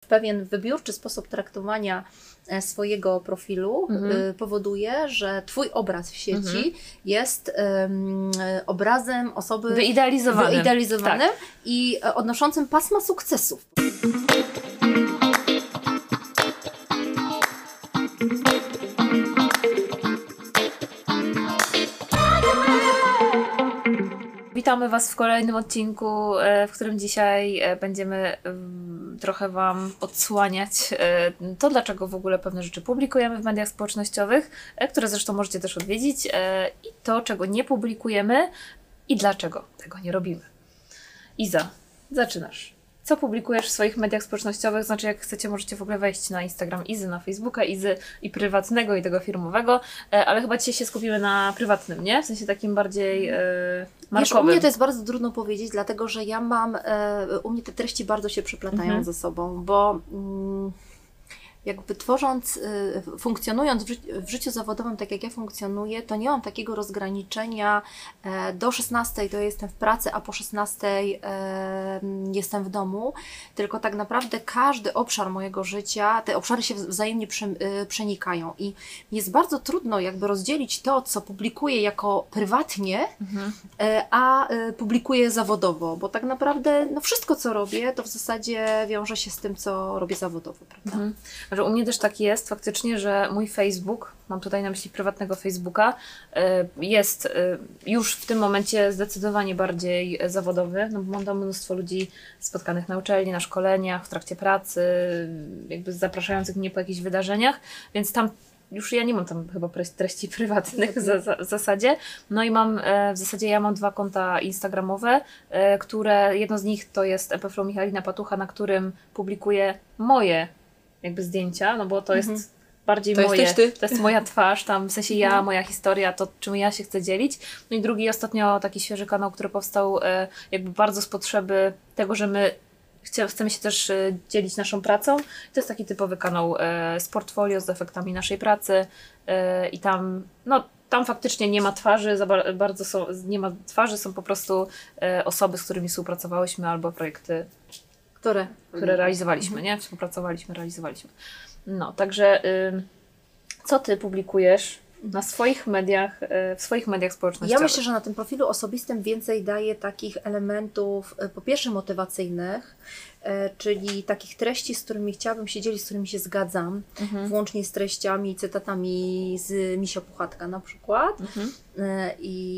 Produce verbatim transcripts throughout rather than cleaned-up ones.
pewien wybiórczy sposób traktowania swojego profilu mhm. powoduje, że Twój obraz w sieci mhm. jest um, obrazem osoby wyidealizowanym, wyidealizowanym tak. i odnoszącym pasma sukcesów. Witamy Was w kolejnym odcinku, w którym dzisiaj będziemy trochę Wam odsłaniać to, dlaczego w ogóle pewne rzeczy publikujemy w mediach społecznościowych, które zresztą możecie też odwiedzić, i to, czego nie publikujemy i dlaczego tego nie robimy. Iza, zaczynasz. Co publikujesz w swoich mediach społecznościowych? Znaczy, jak chcecie, możecie w ogóle wejść na Instagram Izy, na Facebooka Izy i prywatnego, i tego firmowego, ale chyba dzisiaj się skupimy na prywatnym, nie? W sensie takim bardziej yy, markowym. Wiesz, u mnie to jest bardzo trudno powiedzieć, dlatego że ja mam, yy, u mnie te treści bardzo się przeplatają mhm. ze sobą, bo yy, jakby tworząc, y, funkcjonując w, ży w życiu zawodowym tak jak ja funkcjonuję, to nie mam takiego rozgraniczenia e, do szesnastej to jestem w pracy, a po szesnastej e, jestem w domu, tylko tak naprawdę każdy obszar mojego życia, te obszary się wzajemnie prze, y, przenikają i jest bardzo trudno jakby rozdzielić to, co publikuję jako prywatnie, mhm. e, a y, publikuję zawodowo, bo tak naprawdę no, wszystko, co robię, to w zasadzie wiąże się z tym, co robię zawodowo, prawda? Mhm. Że u mnie też tak jest faktycznie, że mój Facebook, mam tutaj na myśli prywatnego Facebooka, jest już w tym momencie zdecydowanie bardziej zawodowy, no bo mam tam mnóstwo ludzi spotkanych na uczelni, na szkoleniach, w trakcie pracy, jakby zapraszających mnie po jakichś wydarzeniach, więc tam już ja nie mam tam chyba treści prywatnych w zasadzie. No i mam, w zasadzie ja mam dwa konta instagramowe, które, jedno z nich to jest E P F Michalina Patucha, na którym publikuję moje jakby zdjęcia, no bo to mhm. jest bardziej to moje, ty. to jest moja twarz, tam w sensie ja, mhm. moja historia, to czym ja się chcę dzielić. No i drugi ostatnio taki świeży kanał, który powstał e, jakby bardzo z potrzeby tego, że my chcie, chcemy się też e, dzielić naszą pracą. To jest taki typowy kanał e, z portfolio, z efektami naszej pracy e, i tam, no tam faktycznie nie ma twarzy, za bardzo są, nie ma twarzy, są po prostu e, osoby, z którymi współpracowałyśmy albo projekty, Które? które realizowaliśmy, nie? Współpracowaliśmy, realizowaliśmy. No, także y, co Ty publikujesz na swoich mediach, y, w swoich mediach społecznościowych? Ja myślę, że na tym profilu osobistym więcej daję takich elementów, y, po pierwsze motywacyjnych, y, czyli takich treści, z którymi chciałabym się dzielić, z którymi się zgadzam, mhm. włącznie z treściami, cytatami z Misio Puchatka na przykład, mhm. y,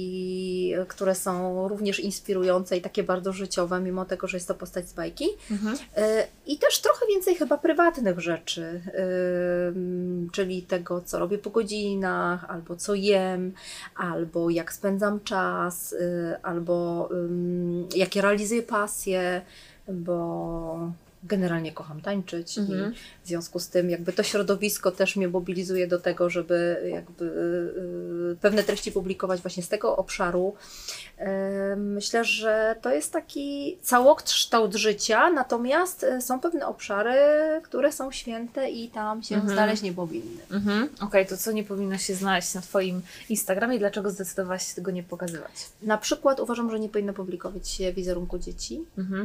i które są również inspirujące i takie bardzo życiowe, mimo tego, że jest to postać z bajki. Mhm. Y, I też trochę więcej chyba prywatnych rzeczy, y, czyli tego, co robię po godzinach, albo co jem, albo jak spędzam czas, y, albo y, jakie realizuję pasje, bo generalnie kocham tańczyć mhm. i w związku z tym jakby to środowisko też mnie mobilizuje do tego, żeby jakby y, pewne treści publikować właśnie z tego obszaru. Y, myślę, że to jest taki całokształt życia, natomiast są pewne obszary, które są święte i tam się mhm. znaleźć nie powinny. Mhm. Okej, okay, to co nie powinno się znaleźć na Twoim Instagramie i dlaczego zdecydowałaś się tego nie pokazywać? Na przykład uważam, że nie powinno publikować się wizerunku dzieci. Mhm.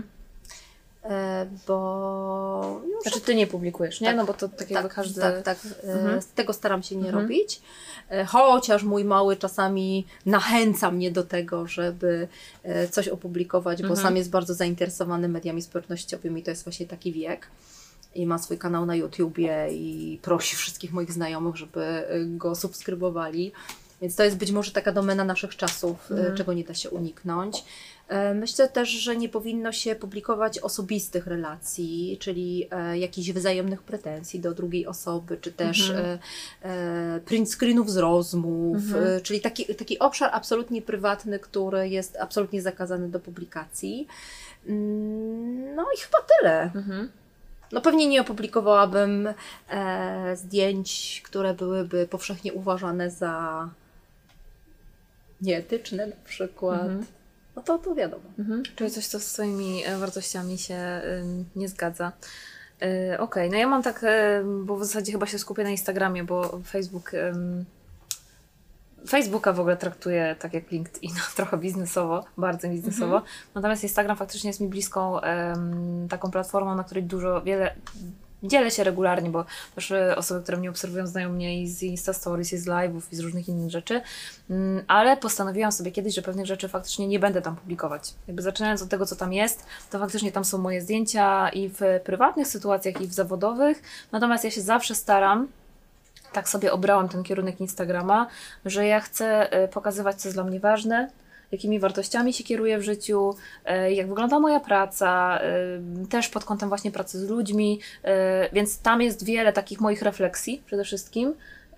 Bo... Już znaczy Ty nie publikujesz, nie? Tak, no bo to tak jakby tak, każdy... Tak, tak. Mhm. Z tego staram się nie mhm. robić. Chociaż mój mały czasami nachęca mnie do tego, żeby coś opublikować, bo mhm. sam jest bardzo zainteresowany mediami społecznościowymi. To jest właśnie taki wiek. I ma swój kanał na YouTubie i prosi wszystkich moich znajomych, żeby go subskrybowali. Więc to jest być może taka domena naszych czasów, mhm. czego nie da się uniknąć. Myślę też, że nie powinno się publikować osobistych relacji, czyli e, jakichś wzajemnych pretensji do drugiej osoby, czy też mhm. e, e, print screenów z rozmów, mhm. e, czyli taki, taki obszar absolutnie prywatny, który jest absolutnie zakazany do publikacji. No i chyba tyle. Mhm. No pewnie nie opublikowałabym e, zdjęć, które byłyby powszechnie uważane za nieetyczne na przykład. Mhm. No to, to wiadomo. Mhm. Czyli coś, co z swoimi wartościami się y, nie zgadza. Y, Okej, okay. No ja mam tak, y, bo w zasadzie chyba się skupię na Instagramie, bo Facebook y, Facebooka w ogóle traktuję tak jak LinkedIn, trochę biznesowo, bardzo biznesowo. Mhm. Natomiast Instagram faktycznie jest mi bliską um, taką platformą, na której dużo, wiele dzielę się regularnie, bo też osoby, które mnie obserwują, znają mnie i z Insta Stories, i z live'ów, i z różnych innych rzeczy, ale postanowiłam sobie kiedyś, że pewnych rzeczy faktycznie nie będę tam publikować. Jakby zaczynając od tego, co tam jest, to faktycznie tam są moje zdjęcia i w prywatnych sytuacjach, i w zawodowych, natomiast ja się zawsze staram, tak sobie obrałam ten kierunek Instagrama, że ja chcę pokazywać, co jest dla mnie ważne, jakimi wartościami się kieruję w życiu, jak wygląda moja praca, też pod kątem właśnie pracy z ludźmi, więc tam jest wiele takich moich refleksji przede wszystkim,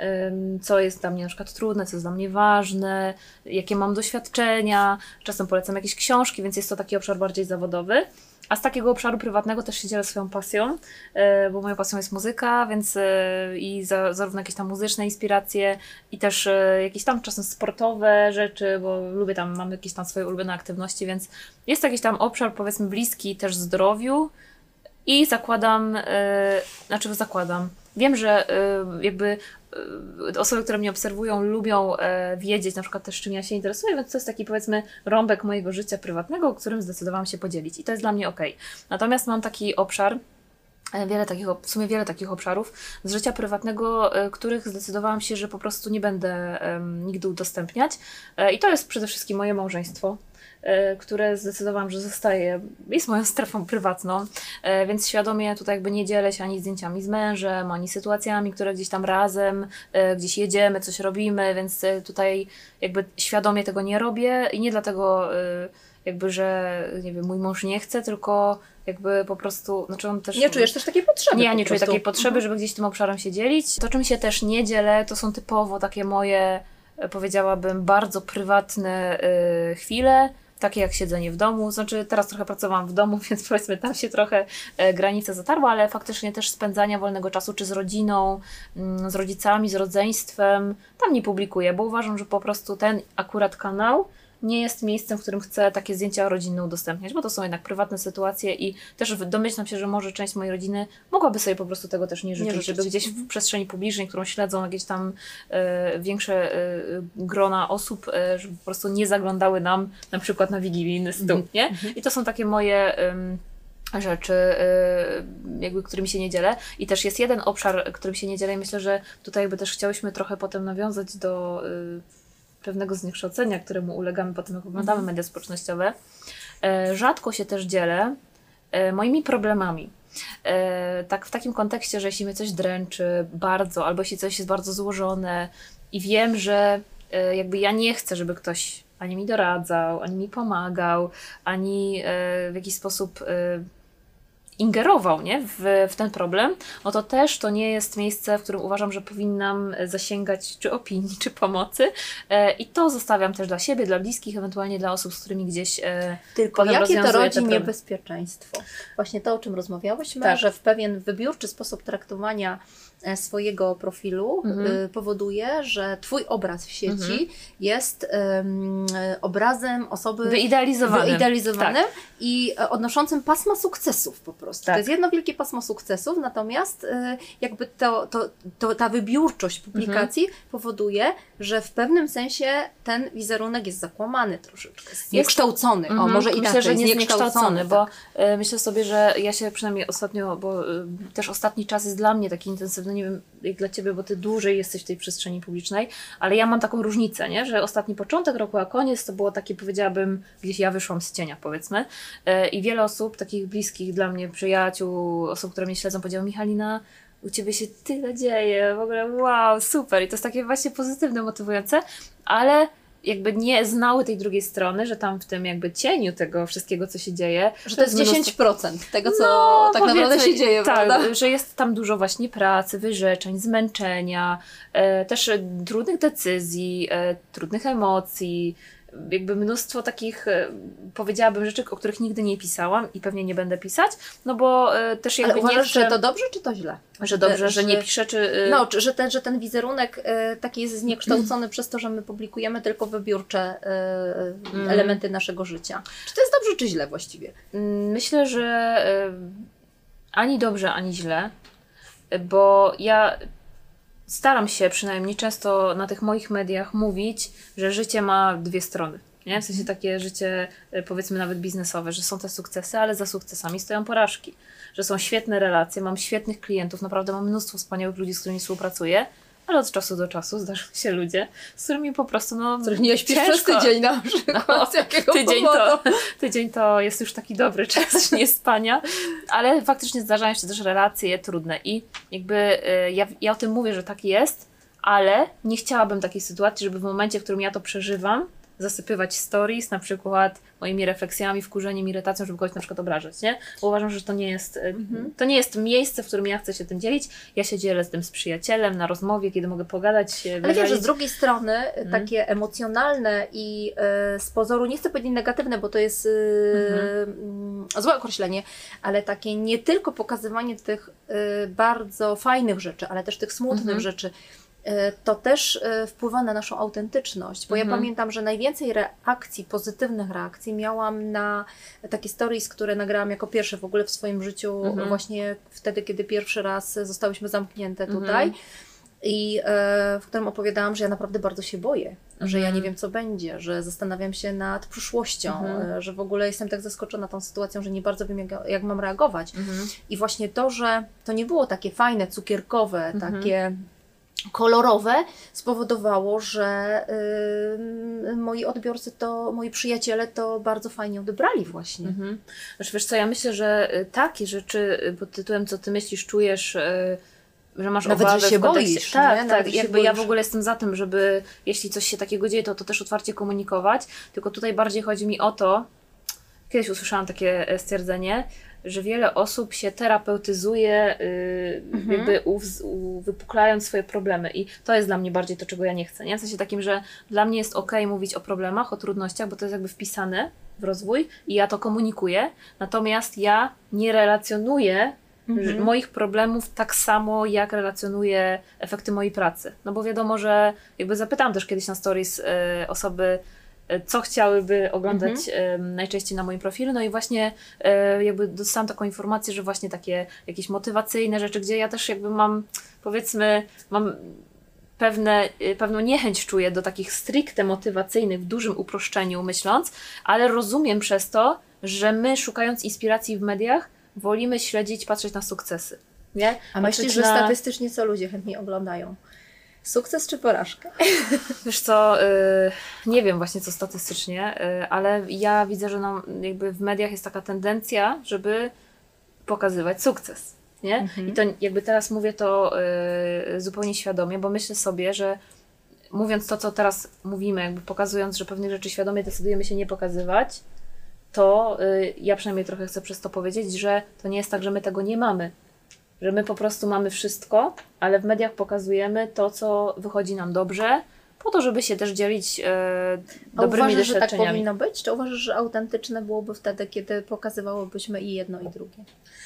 co jest dla mnie na przykład trudne, co jest dla mnie ważne, jakie mam doświadczenia, czasem polecam jakieś książki, więc jest to taki obszar bardziej zawodowy. A z takiego obszaru prywatnego też się dzielę swoją pasją, bo moją pasją jest muzyka, więc i za, zarówno jakieś tam muzyczne inspiracje i też jakieś tam czasem sportowe rzeczy, bo lubię tam, mam jakieś tam swoje ulubione aktywności, więc jest jakiś tam obszar powiedzmy bliski też zdrowiu i zakładam, yy, znaczy zakładam, wiem, że yy, jakby osoby, które mnie obserwują, lubią e, wiedzieć na przykład też, czym ja się interesuję, więc to jest taki powiedzmy rąbek mojego życia prywatnego, o którym zdecydowałam się podzielić i to jest dla mnie okej. Natomiast mam taki obszar, e, wiele takich, w sumie wiele takich obszarów z życia prywatnego, e, których zdecydowałam się, że po prostu nie będę e, nigdy udostępniać e, i to jest przede wszystkim moje małżeństwo, które zdecydowałam, że zostaje, jest moją strefą prywatną, więc świadomie tutaj jakby nie dzielę się ani zdjęciami z mężem, ani sytuacjami, które gdzieś tam razem, gdzieś jedziemy, coś robimy, więc tutaj jakby świadomie tego nie robię i nie dlatego jakby, że nie wiem, mój mąż nie chce, tylko jakby po prostu, znaczy on też... Nie czujesz też takiej potrzeby? Nie, ja nie po czuję prostu. takiej potrzeby, mhm. żeby gdzieś tym obszarem się dzielić. To, czym się też nie dzielę, to są typowo takie moje, powiedziałabym, bardzo prywatne y, chwile, takie jak siedzenie w domu, znaczy teraz trochę pracowałam w domu, więc powiedzmy tam się trochę e, granice zatarła, ale faktycznie też spędzania wolnego czasu, czy z rodziną, mm, z rodzicami, z rodzeństwem, tam nie publikuję, bo uważam, że po prostu ten akurat kanał nie jest miejscem, w którym chcę takie zdjęcia rodzinne udostępniać, bo to są jednak prywatne sytuacje i też domyślam się, że może część mojej rodziny mogłaby sobie po prostu tego też nie życzyć, nie życzyć. Żeby gdzieś w przestrzeni publicznej, którą śledzą jakieś tam e, większe e, grona osób, e, żeby po prostu nie zaglądały nam na przykład na wigilijny stół, mm-hmm. nie? I to są takie moje... Um, rzeczy, yy, jakby którymi się nie dzielę. I też jest jeden obszar, którym się nie dzielę i myślę, że tutaj jakby też chciałyśmy trochę potem nawiązać do yy, pewnego zniekształcenia, któremu ulegamy potem, jak oglądamy media społecznościowe. Yy, rzadko się też dzielę yy, moimi problemami. Yy, tak w takim kontekście, że jeśli mnie coś dręczy bardzo, albo jeśli coś jest bardzo złożone i wiem, że yy, jakby ja nie chcę, żeby ktoś ani mi doradzał, ani mi pomagał, ani yy, w jakiś sposób yy, ingerował, nie? W, w ten problem, no to też to nie jest miejsce, w którym uważam, że powinnam zasięgać czy opinii, czy pomocy. E, I to zostawiam też dla siebie, dla bliskich, ewentualnie dla osób, z którymi gdzieś e, Tylko jakie to rodzi niebezpieczeństwo? Właśnie to, o czym rozmawiałyśmy, tak. że w pewien wybiórczy sposób traktowania swojego profilu mhm. y, powoduje, że Twój obraz w sieci mhm. jest y, y, obrazem osoby wyidealizowanym, wyidealizowanym tak. i odnoszącym pasma sukcesów po prostu. Tak. To jest jedno wielkie pasmo sukcesów, natomiast y, jakby to, to, to, ta wybiórczość publikacji mhm. powoduje, że w pewnym sensie ten wizerunek jest zakłamany troszeczkę, zniekształcony. Mhm. O, może myślę, inaczej, że nie zniekształcony, tak. bo y, myślę sobie, że ja się przynajmniej ostatnio, bo y, też ostatni czas jest dla mnie taki intensywny, nie wiem jak dla Ciebie, bo Ty dłużej jesteś w tej przestrzeni publicznej, ale ja mam taką różnicę, nie? Że ostatni początek roku, a koniec to było takie, powiedziałabym, gdzieś ja wyszłam z cienia, powiedzmy. Yy, I wiele osób, takich bliskich dla mnie, przyjaciół, osób, które mnie śledzą, powiedziało: Michalina, u Ciebie się tyle dzieje, w ogóle wow, super. I to jest takie właśnie pozytywne, motywujące, ale jakby nie znały tej drugiej strony, że tam w tym jakby cieniu tego wszystkiego, co się dzieje, że to jest dziesięć procent tego, co no, tak naprawdę się dzieje, tak, prawda? Że jest tam dużo właśnie pracy, wyrzeczeń, zmęczenia, e, też e, trudnych decyzji, e, trudnych emocji, jakby mnóstwo takich, e, powiedziałabym, rzeczy, o których nigdy nie pisałam i pewnie nie będę pisać, no bo e, też jakby Ale uważasz, nie chcę... że to dobrze, czy to źle? Że dobrze, że, że nie piszę, czy... No, czy, że, ten, że ten wizerunek y, taki jest zniekształcony przez to, że my publikujemy tylko wybiórcze y, mm. elementy naszego życia. Czy to jest dobrze, czy źle właściwie? Myślę, że y, ani dobrze, ani źle, bo ja staram się przynajmniej często na tych moich mediach mówić, że życie ma dwie strony. Nie? W sensie takie życie, powiedzmy nawet biznesowe, że są te sukcesy, ale za sukcesami stoją porażki. Że są świetne relacje, mam świetnych klientów, naprawdę mam mnóstwo wspaniałych ludzi, z którymi współpracuję, ale od czasu do czasu zdarzają się ludzie, z którymi po prostu no których nie śpisz przez tydzień na przykład, no, z jakiego tydzień powodu? to, tydzień to jest już taki dobry czas nie spania, ale faktycznie zdarzają się też relacje trudne i jakby y, ja, ja o tym mówię, że tak jest, ale nie chciałabym takiej sytuacji, żeby w momencie, w którym ja to przeżywam, zasypywać stories, na przykład moimi refleksjami, wkurzeniem, irytacją, żeby kogoś na przykład obrażać, nie? Bo uważam, że to nie jest, mhm. to nie jest miejsce, w którym ja chcę się tym dzielić. Ja się dzielę z tym z przyjacielem, na rozmowie, kiedy mogę pogadać. Ale wiesz, że z drugiej strony mhm. takie emocjonalne i y, z pozoru, nie chcę powiedzieć negatywne, bo to jest y, mhm. y, złe określenie, ale takie nie tylko pokazywanie tych y, bardzo fajnych rzeczy, ale też tych smutnych mhm. rzeczy, to też wpływa na naszą autentyczność, bo mhm. ja pamiętam, że najwięcej reakcji, pozytywnych reakcji miałam na takie stories, które nagrałam jako pierwsze w ogóle w swoim życiu, mhm. właśnie wtedy, kiedy pierwszy raz zostałyśmy zamknięte tutaj mhm. i w którym opowiadałam, że ja naprawdę bardzo się boję, mhm. że ja nie wiem, co będzie, że zastanawiam się nad przyszłością, mhm. że w ogóle jestem tak zaskoczona tą sytuacją, że nie bardzo wiem, jak, jak mam reagować. Mhm. I właśnie to, że to nie było takie fajne, cukierkowe, mhm. takie kolorowe, spowodowało, że yy, moi odbiorcy, to moi przyjaciele to bardzo fajnie odebrali właśnie. Mhm. Znaczy, wiesz co, ja myślę, że takie rzeczy pod tytułem co ty myślisz, czujesz, yy, że masz nawet, obawę że się w kontekście... boisz, tak, nie? tak, Nawet, jakby ja w ogóle jestem za tym, żeby jeśli coś się takiego dzieje, to to też otwarcie komunikować, tylko tutaj bardziej chodzi mi o to, kiedyś usłyszałam takie stwierdzenie, że wiele osób się terapeutyzuje, yy, mhm. jakby u, u, wypuklając swoje problemy i to jest dla mnie bardziej to, czego ja nie chcę. Nie? W sensie takim, że dla mnie jest okej mówić o problemach, o trudnościach, bo to jest jakby wpisane w rozwój i ja to komunikuję, natomiast ja nie relacjonuję mhm. moich problemów tak samo, jak relacjonuję efekty mojej pracy. No bo wiadomo, że jakby zapytałam też kiedyś na stories yy, osoby, co chciałyby oglądać mhm. najczęściej na moim profilu, no i właśnie jakby dostałam taką informację, że właśnie takie jakieś motywacyjne rzeczy, gdzie ja też jakby mam, powiedzmy, mam pewne, pewną niechęć czuję do takich stricte motywacyjnych, w dużym uproszczeniu myśląc, ale rozumiem przez to, że my szukając inspiracji w mediach wolimy śledzić, patrzeć na sukcesy. Nie? A myślisz, że na... statystycznie co ludzie chętniej oglądają? Sukces czy porażka? Wiesz co, yy, nie wiem właśnie co statystycznie, yy, ale ja widzę, że nam jakby w mediach jest taka tendencja, żeby pokazywać sukces, nie? Mhm. I to jakby teraz mówię to yy, zupełnie świadomie, bo myślę sobie, że mówiąc to, co teraz mówimy, jakby pokazując, że pewnych rzeczy świadomie decydujemy się nie pokazywać, to yy, ja przynajmniej trochę chcę przez to powiedzieć, że to nie jest tak, że my tego nie mamy. Że my po prostu mamy wszystko, ale w mediach pokazujemy to, co wychodzi nam dobrze, po to, żeby się też dzielić e, dobrymi A uważasz, doświadczeniami. Że tak powinno być? Czy uważasz, że autentyczne byłoby wtedy, kiedy pokazywałybyśmy i jedno, i drugie?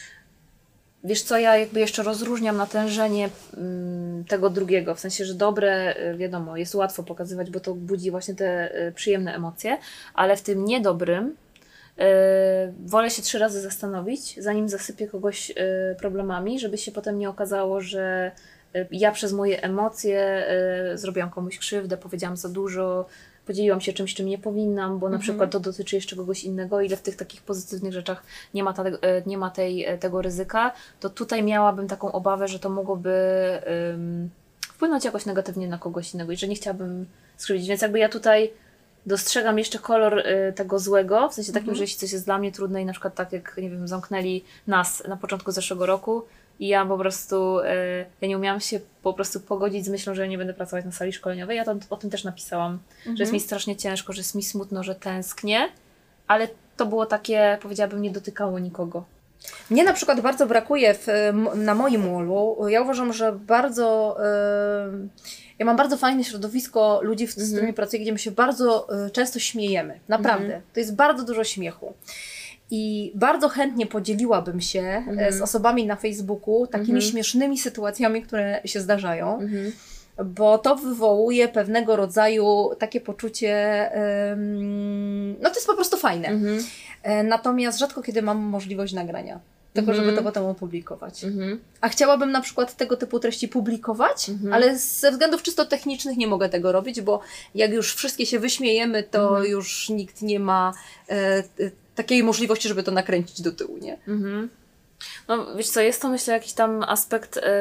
Wiesz co, ja jakby jeszcze rozróżniam natężenie mm, tego drugiego, w sensie, że dobre, wiadomo, jest łatwo pokazywać, bo to budzi właśnie te y, przyjemne emocje, ale w tym niedobrym Yy, wolę się trzy razy zastanowić, zanim zasypię kogoś yy, problemami, żeby się potem nie okazało, że yy, ja przez moje emocje yy, zrobiłam komuś krzywdę, powiedziałam za dużo, podzieliłam się czymś, czym nie powinnam, bo na mhm. przykład to dotyczy jeszcze kogoś innego, ile w tych takich pozytywnych rzeczach nie ma, ta, yy, nie ma tej, tego ryzyka, to tutaj miałabym taką obawę, że to mogłoby yy, wpłynąć jakoś negatywnie na kogoś innego i że nie chciałabym skrzywdzić, więc jakby ja tutaj dostrzegam jeszcze kolor y, tego złego, w sensie takim, mhm. że jeśli coś jest dla mnie trudne i na przykład tak jak, nie wiem, zamknęli nas na początku zeszłego roku i ja po prostu, y, ja nie umiałam się po prostu pogodzić z myślą, że ja nie będę pracować na sali szkoleniowej. Ja to, o tym też napisałam, mhm. że jest mi strasznie ciężko, że jest mi smutno, że tęsknię, ale to było takie, powiedziałabym, nie dotykało nikogo. Mnie na przykład bardzo brakuje w, na moim wallu. Ja uważam, że bardzo... Yy, ja mam bardzo fajne środowisko ludzi, z którymi mm-hmm. pracuję, gdzie my się bardzo y, często śmiejemy. Naprawdę. Mm-hmm. To jest bardzo dużo śmiechu. I bardzo chętnie podzieliłabym się mm-hmm. z osobami na Facebooku takimi mm-hmm. śmiesznymi sytuacjami, które się zdarzają. Mm-hmm. Bo to wywołuje pewnego rodzaju takie poczucie, ym, no to jest po prostu fajne. Mm-hmm. Natomiast rzadko kiedy mam możliwość nagrania tylko Mhm. żeby to potem opublikować. Mhm. A chciałabym na przykład tego typu treści publikować, Mhm. ale ze względów czysto technicznych nie mogę tego robić, bo jak już wszystkie się wyśmiejemy, to Mhm. już nikt nie ma e, e, takiej możliwości, żeby to nakręcić do tyłu, nie? Mhm. No wiesz co, jest to myślę jakiś tam aspekt yy,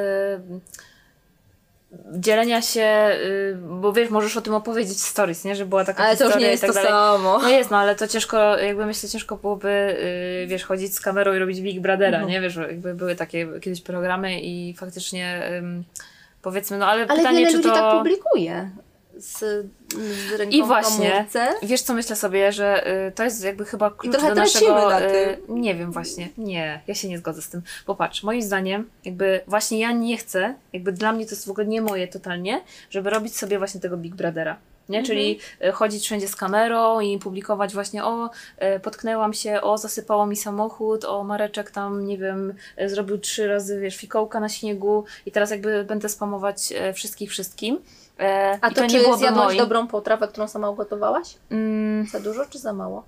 dzielenia się, yy, bo wiesz, możesz o tym opowiedzieć w stories, nie? Że była taka Ale to historia już nie jest i tak to dalej. samo. No jest, no ale to ciężko, jakby myślę, ciężko byłoby, yy, wiesz, chodzić z kamerą i robić Big Brothera, No. nie? Wiesz, jakby były takie kiedyś programy i faktycznie yy, powiedzmy, no ale, Ale pytanie, wiele czy ludzi to... tak publikuje. Z, z ręką I w właśnie, komórce. wiesz co myślę sobie, że y, to jest jakby chyba klucz trochę do tracimy naszego... na y, tym. nie wiem właśnie, nie, ja się nie zgodzę z tym. Bo patrz, moim zdaniem jakby właśnie ja nie chcę, jakby dla mnie to jest w ogóle nie moje totalnie, żeby robić sobie właśnie tego Big Brothera. Nie? Mhm. Czyli y, chodzić wszędzie z kamerą i publikować właśnie o, y, potknęłam się, o, zasypało mi samochód, o, Mareczek tam, nie wiem, y, zrobił trzy razy, wiesz, fikołka na śniegu i teraz jakby będę spamować y, wszystkich wszystkim. E, A i to, nie czy byłoby zjadłaś moim. dobrą potrawę, którą sama ugotowałaś? Mm, Za dużo czy za mało?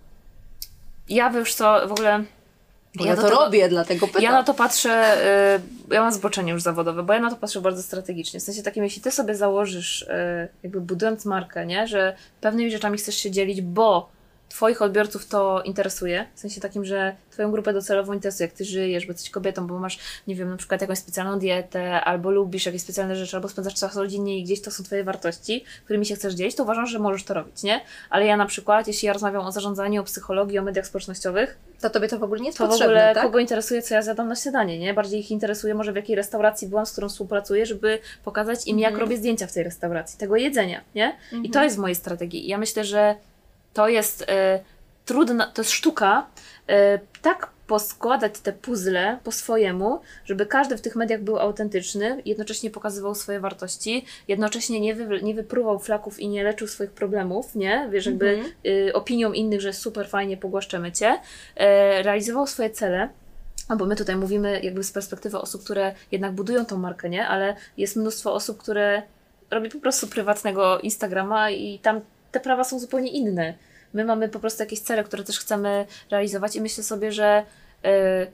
ja już co w ogóle. Bo ja, do to tego- robię, dlatego pytam. Ja na to patrzę, y, ja mam zboczenie już zawodowe, bo ja na to patrzę bardzo strategicznie. W sensie takim, jeśli ty sobie założysz, y, jakby budując markę, nie, że pewnymi rzeczami chcesz się dzielić, bo twoich odbiorców to interesuje, w sensie takim, że twoją grupę docelową interesuje, jak ty żyjesz, bo jesteś kobietą, bo masz, nie wiem, na przykład jakąś specjalną dietę, albo lubisz jakieś specjalne rzeczy, albo spędzasz czas rodzinnie i gdzieś to są twoje wartości, którymi się chcesz dzielić, to uważam, że możesz to robić, nie? Ale ja na przykład, jeśli ja rozmawiam o zarządzaniu, o psychologii, o mediach społecznościowych, To tobie to w ogóle nie jest to w potrzebne, ogóle tak? kogo interesuje, co ja zjadam na śniadanie, nie? Bardziej ich interesuje może w jakiej restauracji byłam, z którą współpracuję, żeby pokazać im, jak Mhm. robię zdjęcia w tej restauracji, tego jedzenia, nie? I Mhm. to jest w mojej strategii. I ja myślę, że to jest e, trudna, to jest sztuka, e, tak poskładać te puzzle po swojemu, żeby każdy w tych mediach był autentyczny, jednocześnie pokazywał swoje wartości, jednocześnie nie, wy, nie wypruwał flaków i nie leczył swoich problemów, nie? Wiesz, jakby Mhm. y, opinią innych, że super fajnie, pogłaszczemy cię, e, realizował swoje cele. No bo my tutaj mówimy jakby z perspektywy osób, które jednak budują tą markę, nie? Ale jest mnóstwo osób, które robi po prostu prywatnego Instagrama i tam te prawa są zupełnie inne. My mamy po prostu jakieś cele, które też chcemy realizować i myślę sobie, że y,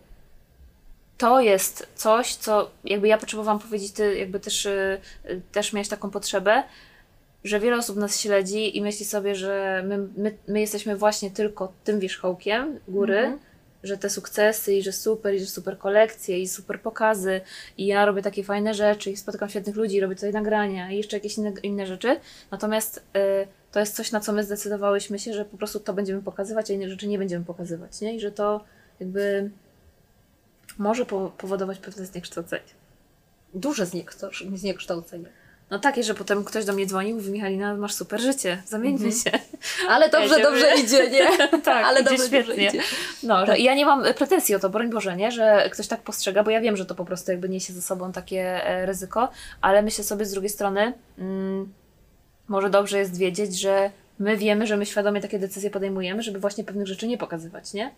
to jest coś, co jakby ja potrzebowałam powiedzieć, ty jakby też, y, y, też miałeś taką potrzebę, że wiele osób nas śledzi i myśli sobie, że my, my, my jesteśmy właśnie tylko tym wierzchołkiem góry, Mhm. że te sukcesy i że super, i że super kolekcje i super pokazy i ja robię takie fajne rzeczy i spotykam świetnych ludzi i robię tutaj nagrania i jeszcze jakieś inne, inne rzeczy. Natomiast y, to jest coś, na co my zdecydowałyśmy się, że po prostu to będziemy pokazywać, a inne rzeczy nie będziemy pokazywać, nie? I że to jakby może po- powodować pewne zniekształcenie. Duże zniekształ- zniekształcenie. No takie, że potem ktoś do mnie dzwoni i mówi: Michalina, masz super życie, zamieńmy Mhm. się. Ale dobrze, Wiecie, dobrze wy- idzie, nie? Tak, Ale idzie dobrze, świetnie. dobrze idzie. No, Tak. że ja nie mam pretensji o to, broń Boże, nie? Że ktoś tak postrzega, bo ja wiem, że to po prostu jakby niesie ze sobą takie e, ryzyko, ale myślę sobie z drugiej strony, mm, może dobrze jest wiedzieć, że my wiemy, że my świadomie takie decyzje podejmujemy, żeby właśnie pewnych rzeczy nie pokazywać, nie?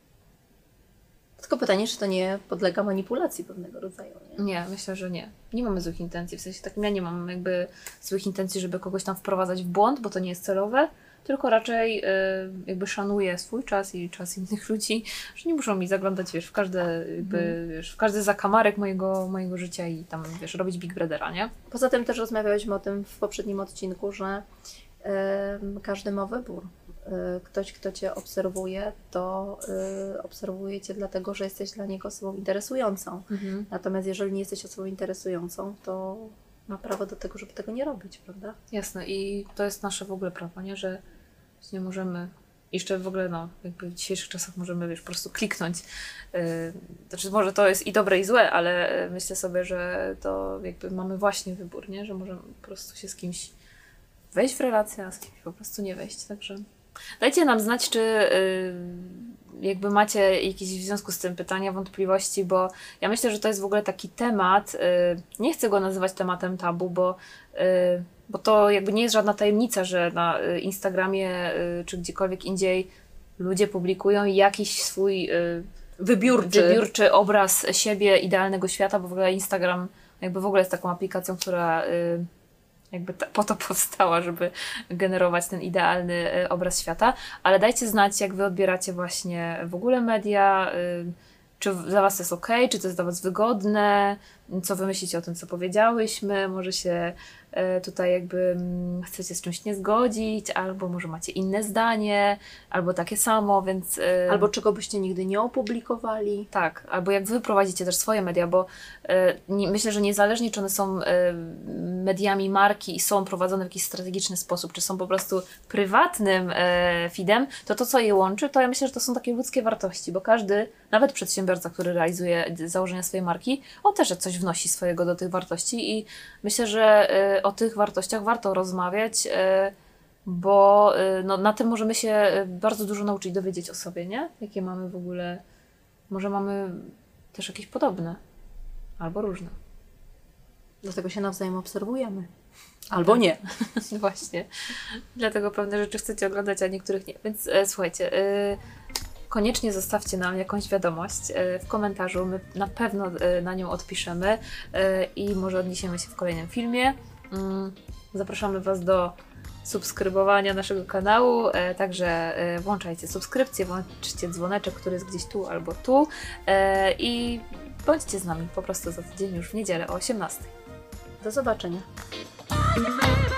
Tylko pytanie, czy to nie podlega manipulacji pewnego rodzaju, nie? Nie, myślę, że nie. Nie mamy złych intencji, w sensie takim ja nie mam jakby złych intencji, żeby kogoś tam wprowadzać w błąd, bo to nie jest celowe, tylko raczej y, jakby szanuję swój czas i czas innych ludzi, że nie muszą mi zaglądać, wiesz, w każde, jakby, wiesz, w każdy zakamarek mojego, mojego życia i tam, wiesz, robić Big Brothera, nie? Poza tym też rozmawiałyśmy o tym w poprzednim odcinku, że em, każdy ma wybór. Y, Ktoś, kto Cię obserwuje, to y, obserwuje Cię dlatego, że jesteś dla niego osobą interesującą. Mhm. Natomiast jeżeli nie jesteś osobą interesującą, to ma prawo do tego, żeby tego nie robić, prawda? Jasne i to jest nasze w ogóle prawo, nie? Że nie możemy, jeszcze w ogóle no, jakby w dzisiejszych czasach możemy, wiesz, po prostu kliknąć. Yy, znaczy może to jest i dobre i złe, ale yy, myślę sobie, że to jakby mamy właśnie wybór, nie? Że możemy po prostu się z kimś wejść w relację, a z kimś po prostu nie wejść, także dajcie nam znać, czy yy, jakby macie jakieś w związku z tym pytania, wątpliwości, bo ja myślę, że to jest w ogóle taki temat, yy, nie chcę go nazywać tematem tabu, bo yy, bo to jakby nie jest żadna tajemnica, że na y, Instagramie y, czy gdziekolwiek indziej ludzie publikują jakiś swój y, Wybiórczy. wybiórczy obraz siebie, idealnego świata, bo w ogóle Instagram jakby w ogóle jest taką aplikacją, która y, jakby ta, po to powstała, żeby generować ten idealny y, obraz świata, ale dajcie znać, jak wy odbieracie właśnie w ogóle media, y, czy dla Was to jest ok, czy to jest dla Was wygodne, co Wy myślicie o tym, co powiedziałyśmy, może się e, tutaj jakby mm, chcecie z czymś nie zgodzić, albo może macie inne zdanie, albo takie samo, więc... E, Albo czego byście nigdy nie opublikowali. tak, albo jak Wy prowadzicie też swoje media, bo e, nie, myślę, że niezależnie czy one są e, mediami marki i są prowadzone w jakiś strategiczny sposób, czy są po prostu prywatnym e, feedem, to to, co je łączy, to ja myślę, że to są takie ludzkie wartości, bo każdy, nawet przedsiębiorca, który realizuje założenia swojej marki, on też coś wnosi swojego do tych wartości i myślę, że y, o tych wartościach warto rozmawiać, y, bo y, no, na tym możemy się bardzo dużo nauczyć, dowiedzieć o sobie, nie? Jakie mamy w ogóle, może mamy też jakieś podobne, albo różne. Dlatego się nawzajem obserwujemy. Albo nie. Właśnie. Dlatego pewne rzeczy chcecie oglądać, a niektórych nie. Więc e, słuchajcie, y, koniecznie zostawcie nam jakąś wiadomość w komentarzu. My na pewno na nią odpiszemy i może odniesiemy się w kolejnym filmie. Zapraszamy Was do subskrybowania naszego kanału, także włączajcie subskrypcję, włączcie dzwoneczek, który jest gdzieś tu albo tu i bądźcie z nami po prostu za tydzień już w niedzielę o osiemnastej. Do zobaczenia.